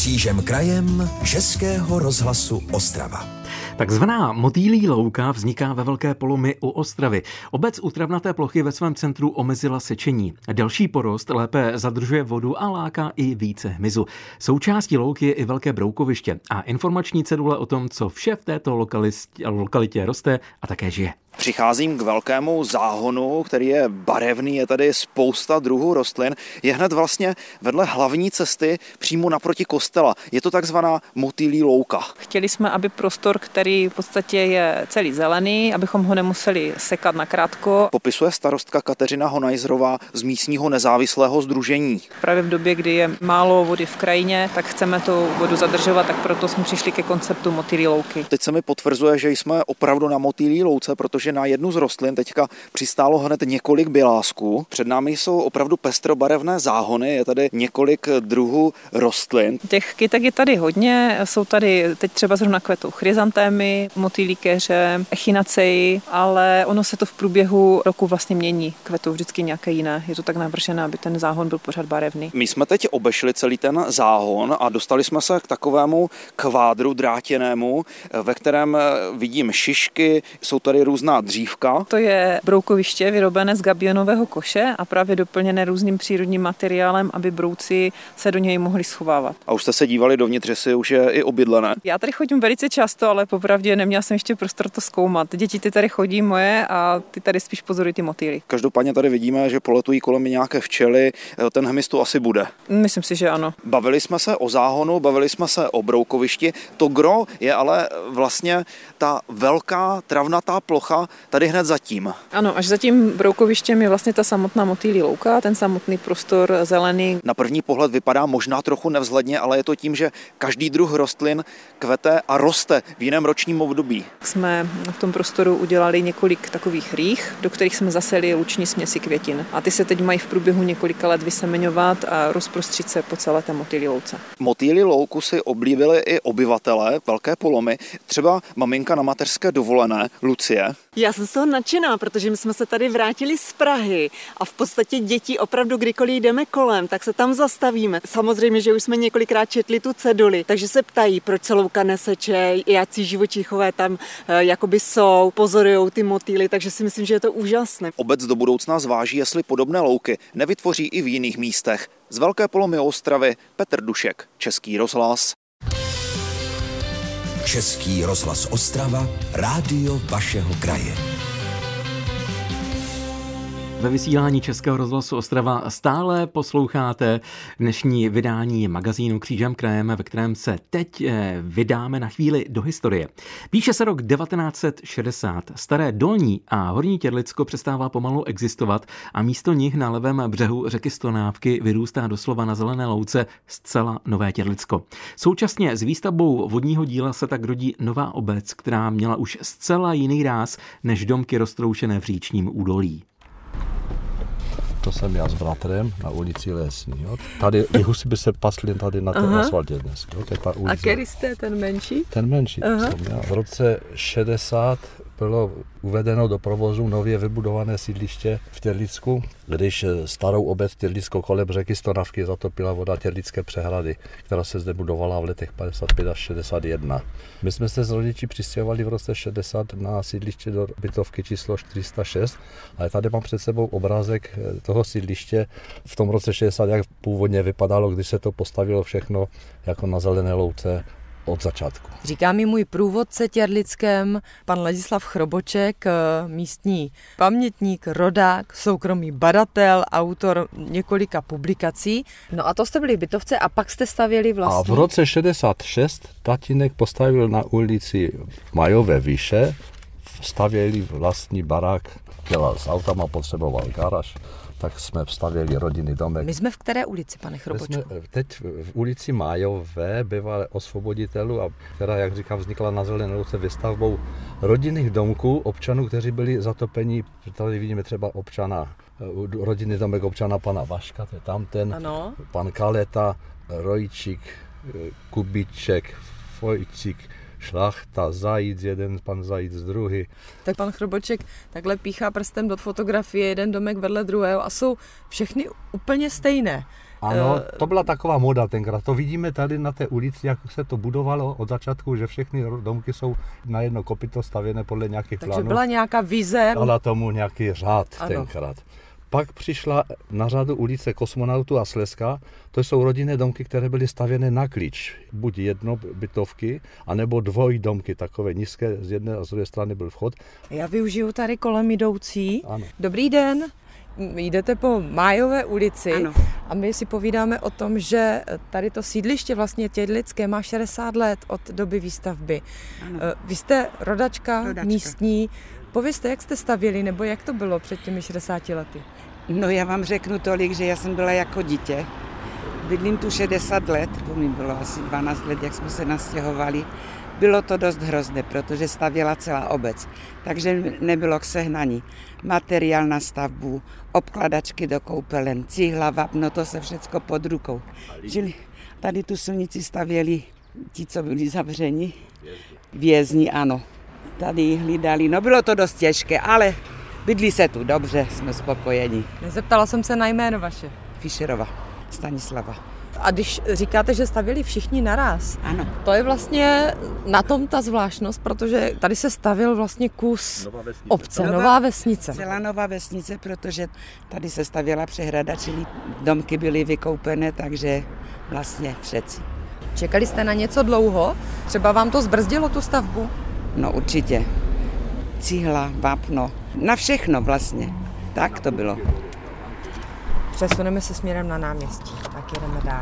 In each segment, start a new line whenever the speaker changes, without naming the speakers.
Křížem krajem Českého rozhlasu Ostrava.
Takzvaná motýlí louka vzniká ve Velké Polomi u Ostravy. Obec u travnaté plochy ve svém centru omezila sečení. Další porost lépe zadržuje vodu a láká i více hmyzu. Součástí louky je i velké broukoviště a informační cedule o tom, co vše v této lokalitě roste a také žije.
Přicházím k velkému záhonu, který je barevný, je tady spousta druhů rostlin. Je hned vlastně vedle hlavní cesty přímo naproti kostela. Je to takzvaná motýlí louka.
Chtěli jsme, aby prostor, který v podstatě je celý zelený, abychom ho nemuseli sekat nakrátko.
Popisuje starostka Kateřina Honajzrová z místního nezávislého sdružení.
Právě v době, kdy je málo vody v krajině, tak chceme tu vodu zadržovat, tak proto jsme přišli ke konceptu motýlí louky.
Teď se mi potvrzuje, že jsme opravdu na motýlí louce, protože na jednu z rostlin teďka přistálo hned několik bělásků. Před námi jsou opravdu pestrobarevné záhony, je tady několik druhů rostlin.
Těch kytek je tady hodně, jsou tady teď třeba zrovna kvetou chryzantémy, motýlí keře, echinacei, ale ono se to v průběhu roku vlastně mění. Kvetou vždycky nějaké jiné. Je to tak navržené, aby ten záhon byl pořád barevný.
My jsme teď obešli celý ten záhon a dostali jsme se k takovému kvádru drátěnému, ve kterém vidím šišky, jsou tady různá dřívka.
To je broukoviště vyrobené z gabionového koše a právě doplněné různým přírodním materiálem, aby brouci se do něj mohli schovávat.
A už jste se dívali dovnitř, jestli už je i obydlené?
Já tady chodím velice často, ale popravdě neměla jsem ještě prostor to zkoumat. Děti ty tady chodí moje a ty tady spíš pozorují ty motýly.
Každopádně tady vidíme, že poletují kolem nějaké včely. Ten hmyz tu asi bude.
Myslím si, že ano.
Bavili jsme se o záhonu, bavili jsme se o broukovišti. To gro je ale vlastně ta velká travnatá plocha tady hned zatím.
Ano, až za tím broukovištěm je vlastně ta samotná motýlí louka, ten samotný prostor zelený.
Na první pohled vypadá možná trochu nevzhledně, ale je to tím, že každý druh rostlin kvete a roste v jiném ročním období.
Jsme v tom prostoru udělali několik takových rých, do kterých jsme zaseli luční směsi květin. A ty se teď mají v průběhu několika let vysemeňovat a rozprostřít se po celé té motýlí louce.
Motýlí louku si oblíbili i obyvatelé Velké Polomy, třeba maminka na mateřské dovolené, Lucie.
Já jsem z toho nadšená, protože my jsme se tady vrátili z Prahy a v podstatě děti opravdu kdykoliv jdeme kolem, tak se tam zastavíme. Samozřejmě, že už jsme několikrát četli tu ceduli, takže se ptají, proč se louka neseče, jací živočichové tam jakoby jsou, pozorujou ty motýly, takže si myslím, že je to úžasné.
Obec do budoucna zváží, jestli podobné louky nevytvoří i v jiných místech. Z Velké Polomy Ostravy Petr Dušek, Český rozhlas.
Český rozhlas Ostrava, rádio vašeho kraje.
Ve vysílání Českého rozhlasu Ostrava stále posloucháte dnešní vydání magazínu Křížem krajem, ve kterém se teď vydáme na chvíli do historie. Píše se rok 1960. Staré Dolní a Horní Těrlicko přestává pomalu existovat a místo nich na levém břehu řeky Stonávky vyrůstá doslova na zelené louce zcela nové Těrlicko. Současně s výstavbou vodního díla se tak rodí nová obec, která měla už zcela jiný ráz než domky roztroušené v říčním údolí.
To jsem já s bratrem na ulici Lesní. Jo. Tady i husy by se pasly tady na tom asfaltě dnes. Jo.
A který jste ten menší?
Ten menší. Jsem já. V roce 60 bylo uvedeno do provozu nově vybudované sídliště v Těrlicku, když starou obec Těrlicko kolem řeky Stonavky zatopila voda Těrlické přehrady, která se zde budovala v letech 55 až 61. My jsme se s rodiči přistěhovali v roce 60 na sídliště do bytovky číslo 406, ale tady mám před sebou obrázek toho sídliště v tom roce 60, jak původně vypadalo, když se to postavilo všechno jako na zelené louce od začátku.
Říká mi můj průvodce Těrlickem, pan Ladislav Chroboček, místní pamětník, rodák, soukromý badatel, autor několika publikací. No a to jste byli v bytovce a pak jste stavěli vlastní.
A v roce 66 tatínek postavil na ulici Majové výše, stavěli vlastní barák, dělal s autama, potřeboval garáž, tak jsme stavěli rodinný domek.
My jsme v které ulici, pane Chrobočku?
Jsme teď v ulici Májové, bývalé Osvoboditelů, a která, jak říkám, vznikla na zelené louce výstavbou rodinných domků občanů, kteří byli zatopeni. Tady vidíme třeba rodinný domek občana pana Vaška, to je tamten, ano. Pan Kaleta, Rojčík, Kubíček, Fojčík, Šlachta, Zajíc jeden, pan Zajíc druhý.
Tak pan Chroboček takhle píchá prstem do fotografie jeden domek vedle druhého a jsou všechny úplně stejné.
Ano, to byla taková moda tenkrát. To vidíme tady na té ulici, jak se to budovalo od začátku, že všechny domky jsou na jedno kopyto stavěné podle nějakých plánů.
Takže byla nějaká vize.
Dala tomu nějaký řád
ano.
tenkrát. Pak přišla na řadu ulice Kosmonautu a Slezska. To jsou rodinné domky, které byly stavěné na klíč. Buď jednobytovky, anebo dvojdomky, takové nízké, z jedné a z druhé strany byl vchod.
Já využiju tady kolem jdoucí.
Ano.
Dobrý den. Jdete po Májové ulici.
Ano.
A my si povídáme o tom, že tady to sídliště vlastně Tědlické má 60 let od doby výstavby.
Ano.
Vy jste rodačka místní. Povězte, jak jste stavěli, nebo jak to bylo před těmi 60 lety?
No já vám řeknu tolik, že já jsem byla jako dítě. Bydlím tu 60 let, to mi bylo asi 12 let, jak jsme se nastěhovali. Bylo to dost hrozné, protože stavěla celá obec, takže nebylo k sehnání. Materiál na stavbu, obkladačky do koupelen, cihla, vápno, to se všecko pod rukou. Čili tady tu silnici stavěli ti, co byli zavřeni, vězni, ano. Tady hlídali, no bylo to dost těžké, ale bydlí se tu dobře, jsme spokojeni.
Nezeptala jsem se na jméno vaše.
Fischerova, Stanislava.
A když říkáte, že stavěli všichni naraz,
Ano.
to je vlastně na tom ta zvláštnost, protože tady se stavil vlastně kus obce, nová vesnice.
Celá nová vesnice, protože tady se stavěla přehrada, čili domky byly vykoupené, takže vlastně všetci.
Čekali jste na něco dlouho? Třeba vám to zbrzdilo tu stavbu?
No určitě. Cihla, vápno, na všechno vlastně. Tak to bylo.
Přesuneme se směrem na náměstí, tak jedeme dál.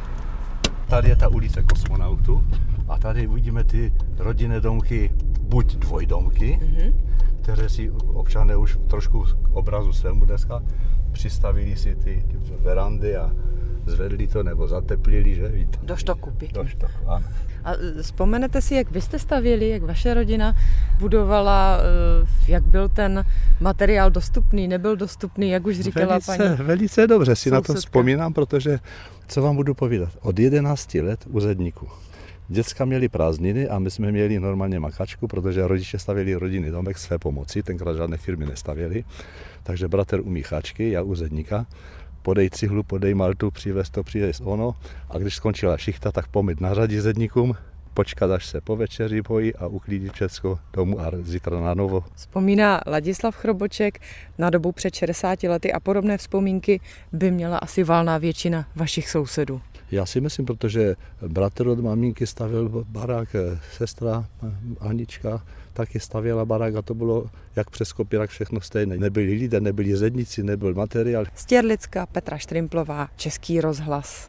Tady je ta ulice Kosmonautu a tady uvidíme ty rodinné domky, buď dvojdomky, které si občané už trošku k obrazu svému dneska přistavili si ty verandy a zvedli to nebo zateplili, že víte.
Do štoku, pěkně.
Do štoku, ano.
A vzpomenete si, jak vy jste stavěli, jak vaše rodina budovala, jak byl ten materiál dostupný, nebyl dostupný, jak už říkala paní?
Velice dobře si na to
sousedka.
vzpomínám, protože, co vám budu povídat, od 11 let u zedníku. Děcka měli prázdniny a my jsme měli normálně makačku, protože rodiče stavěli rodinný domek své pomoci, tenkrát žádné firmy nestavěli, takže bratr umí cháčky, já u zedníka. Podej cihlu, podej maltu, přivez to, přivez ono. A když skončila šichta, tak pomyt na řadí zedníkům, počkat, až se po večeři pojí a uklidit všecko domů a zítra na novo.
Vzpomíná Ladislav Chroboček na dobu před 60 lety a podobné vzpomínky by měla asi valná většina vašich sousedů.
Já si myslím, protože bratr od maminky stavil barák, sestra Anička taky stavěla barák a to bylo jak přes kopírák všechno stejné. Nebyli lidé, nebyli zedníci, nebyl materiál.
Z Tědlicka Petra Štrimplová, Český rozhlas.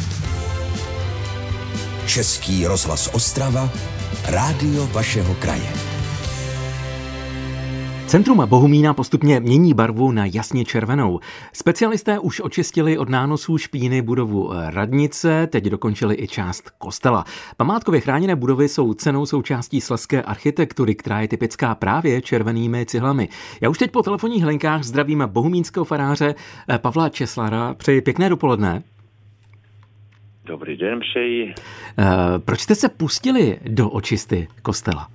Český rozhlas Ostrava, rádio vašeho kraje.
Centrum Bohumína postupně mění barvu na jasně červenou. Specialisté už očistili od nánosů špíny budovu radnice, teď dokončili i část kostela. Památkově chráněné budovy jsou cennou součástí slezské architektury, která je typická právě červenými cihlami. Já už teď po telefonních linkách zdravím bohumínského faráře Pavla Česlara. Přeji pěkné dopoledne.
Dobrý den, přeji.
Proč jste se pustili do očisty kostela?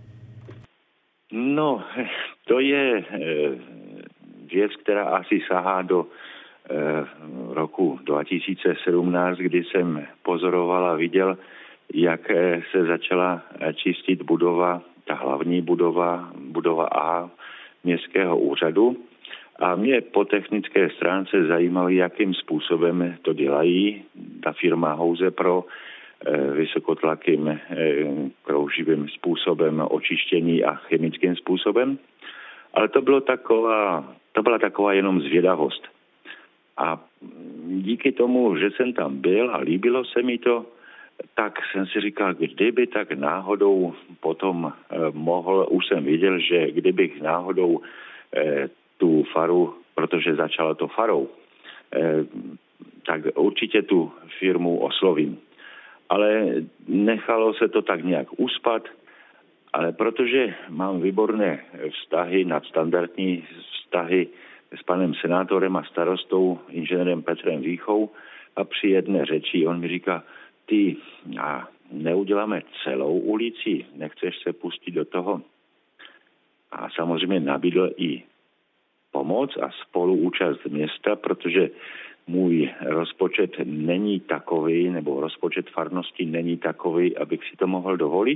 No, to je věc, která asi sahá do roku 2017, kdy jsem pozoroval a viděl, jak se začala čistit budova, ta hlavní budova A městského úřadu. A mě po technické stránce zajímalo, jakým způsobem to dělají ta firma Houze Pro, vysokotlakým krouživým způsobem očištění a chemickým způsobem. Ale to byla taková jenom zvědavost. A díky tomu, že jsem tam byl a líbilo se mi to, tak jsem si říkal, kdyby tak náhodou potom už jsem viděl, že kdybych náhodou tu faru, protože začalo to farou, tak určitě tu firmu oslovím. Ale nechalo se to tak nějak uspat, ale protože mám výborné vztahy, nadstandardní vztahy s panem senátorem a starostou, inženýrem Petrem Víchou, a při jedné řeči on mi říká, ty neuděláme celou ulici, nechceš se pustit do toho? A samozřejmě nabídl i pomoc a spoluúčast města, protože můj rozpočet není takový, nebo rozpočet farnosti není takový, abych si to mohl dovolit.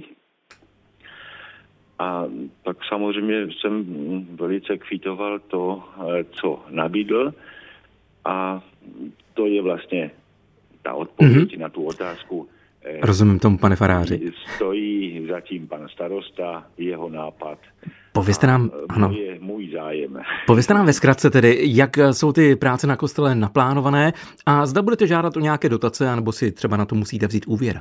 A tak samozřejmě jsem velice kvitoval to, co nabídl, a to je vlastně ta odpověď na tu otázku.
Rozumím tomu, pane faráři.
Stojí zatím pan starosta, jeho nápad.
Povězte nám, ano.
To je můj zájem.
Povězte nám ve zkratce tedy, jak jsou ty práce na kostele naplánované a zda budete žádat o nějaké dotace, anebo si třeba na to musíte vzít úvěr.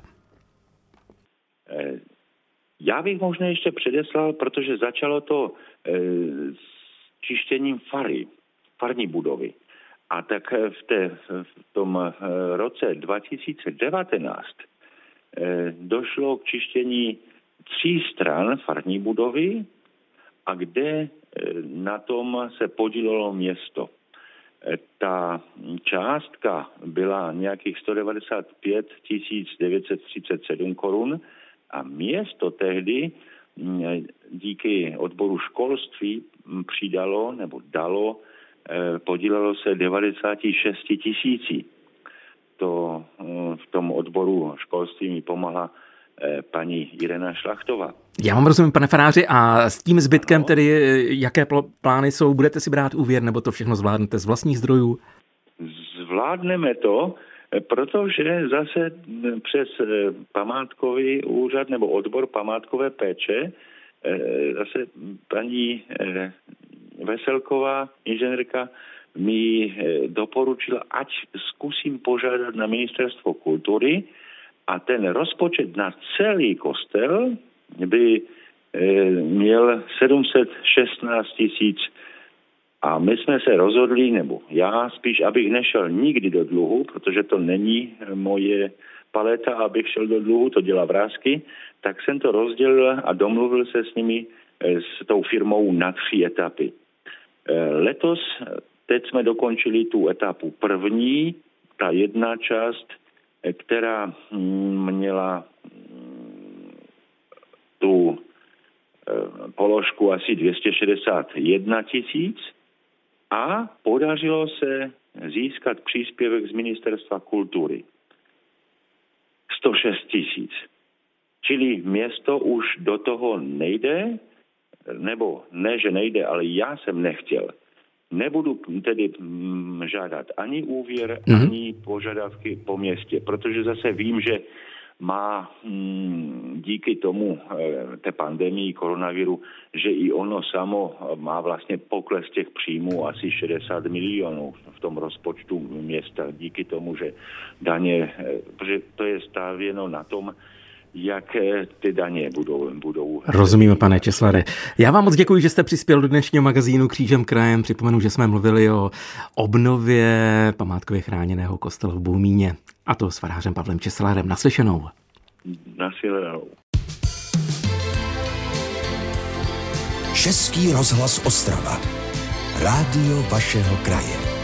Já bych možná ještě předeslal, protože začalo to s čištěním farní budovy. A tak v tom roce 2019 došlo k čištění 3 stran farní budovy, a kde na tom se podílelo město. Ta částka byla nějakých 195 937 korun a město tehdy díky odboru školství přidalo nebo dalo, podílelo se 96 000. To v tom odboru školství mi pomohla paní Irena Šlachtová.
Já vám rozumím, pane faráři, a s tím zbytkem tedy jaké plány jsou? Budete si brát úvěr, nebo to všechno zvládnete z vlastních zdrojů?
Zvládneme to, protože zase přes památkový úřad nebo odbor památkové péče zase paní Veselková, inženýrka, mi doporučila, ať zkusím požádat na Ministerstvo kultury, a ten rozpočet na celý kostel by měl 716 000. A my jsme se rozhodli, nebo já spíš, abych nešel nikdy do dluhu, protože to není moje paleta, abych šel do dluhu, to dělá Vrásky, tak jsem to rozdělil a domluvil se s nimi, s tou firmou na 3 etapy. Letos, teď jsme dokončili tu etapu první, ta jedna část, která měla tu položku asi 261 000 a podařilo se získat příspěvek z Ministerstva kultury 106 000. Čili město už do toho nejde, nebo ne, že nejde, ale já jsem nechtěl. Nebudu tedy žádat ani úvěr, ani požadavky po městě, protože zase vím, že má díky tomu té pandemii koronaviru, že i ono samo má vlastně pokles těch příjmů asi 60 milionů v tom rozpočtu města, díky tomu, že daně, protože to je stavěno na tom, jak ty daně budou.
Rozumíme, pane Česlare. Já vám moc děkuji, že jste přispěl do dnešního magazínu Křížem krajem. Připomenu, že jsme mluvili o obnově památkově chráněného kostela v Bohumíně. A to s farářem Pavlem Česlarem. Naslyšenou.
Naslyšenou.
Český rozhlas Ostrava. Rádio vašeho kraje.